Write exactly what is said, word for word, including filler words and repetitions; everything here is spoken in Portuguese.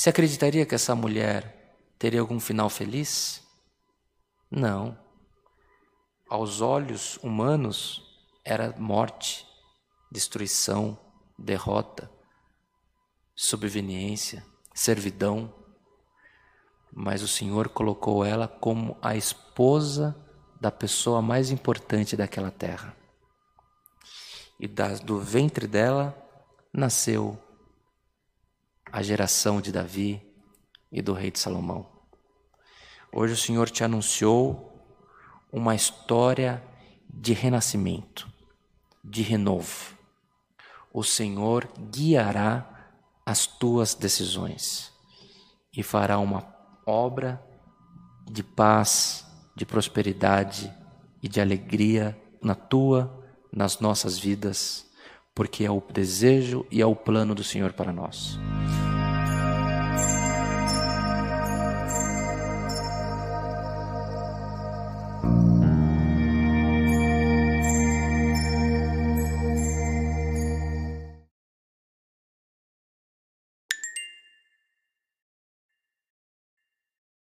Você acreditaria que essa mulher teria algum final feliz? Não. Aos olhos humanos, era morte, destruição, derrota, subveniência, servidão. Mas o Senhor colocou ela como a esposa da pessoa mais importante daquela terra. E das, do ventre dela nasceu a geração de Davi e do rei de Salomão. Hoje o Senhor te anunciou uma história de renascimento, de renovo. O Senhor guiará as tuas decisões e fará uma obra de paz, de prosperidade e de alegria na tua, nas nossas vidas, porque é o desejo e é o plano do Senhor para nós.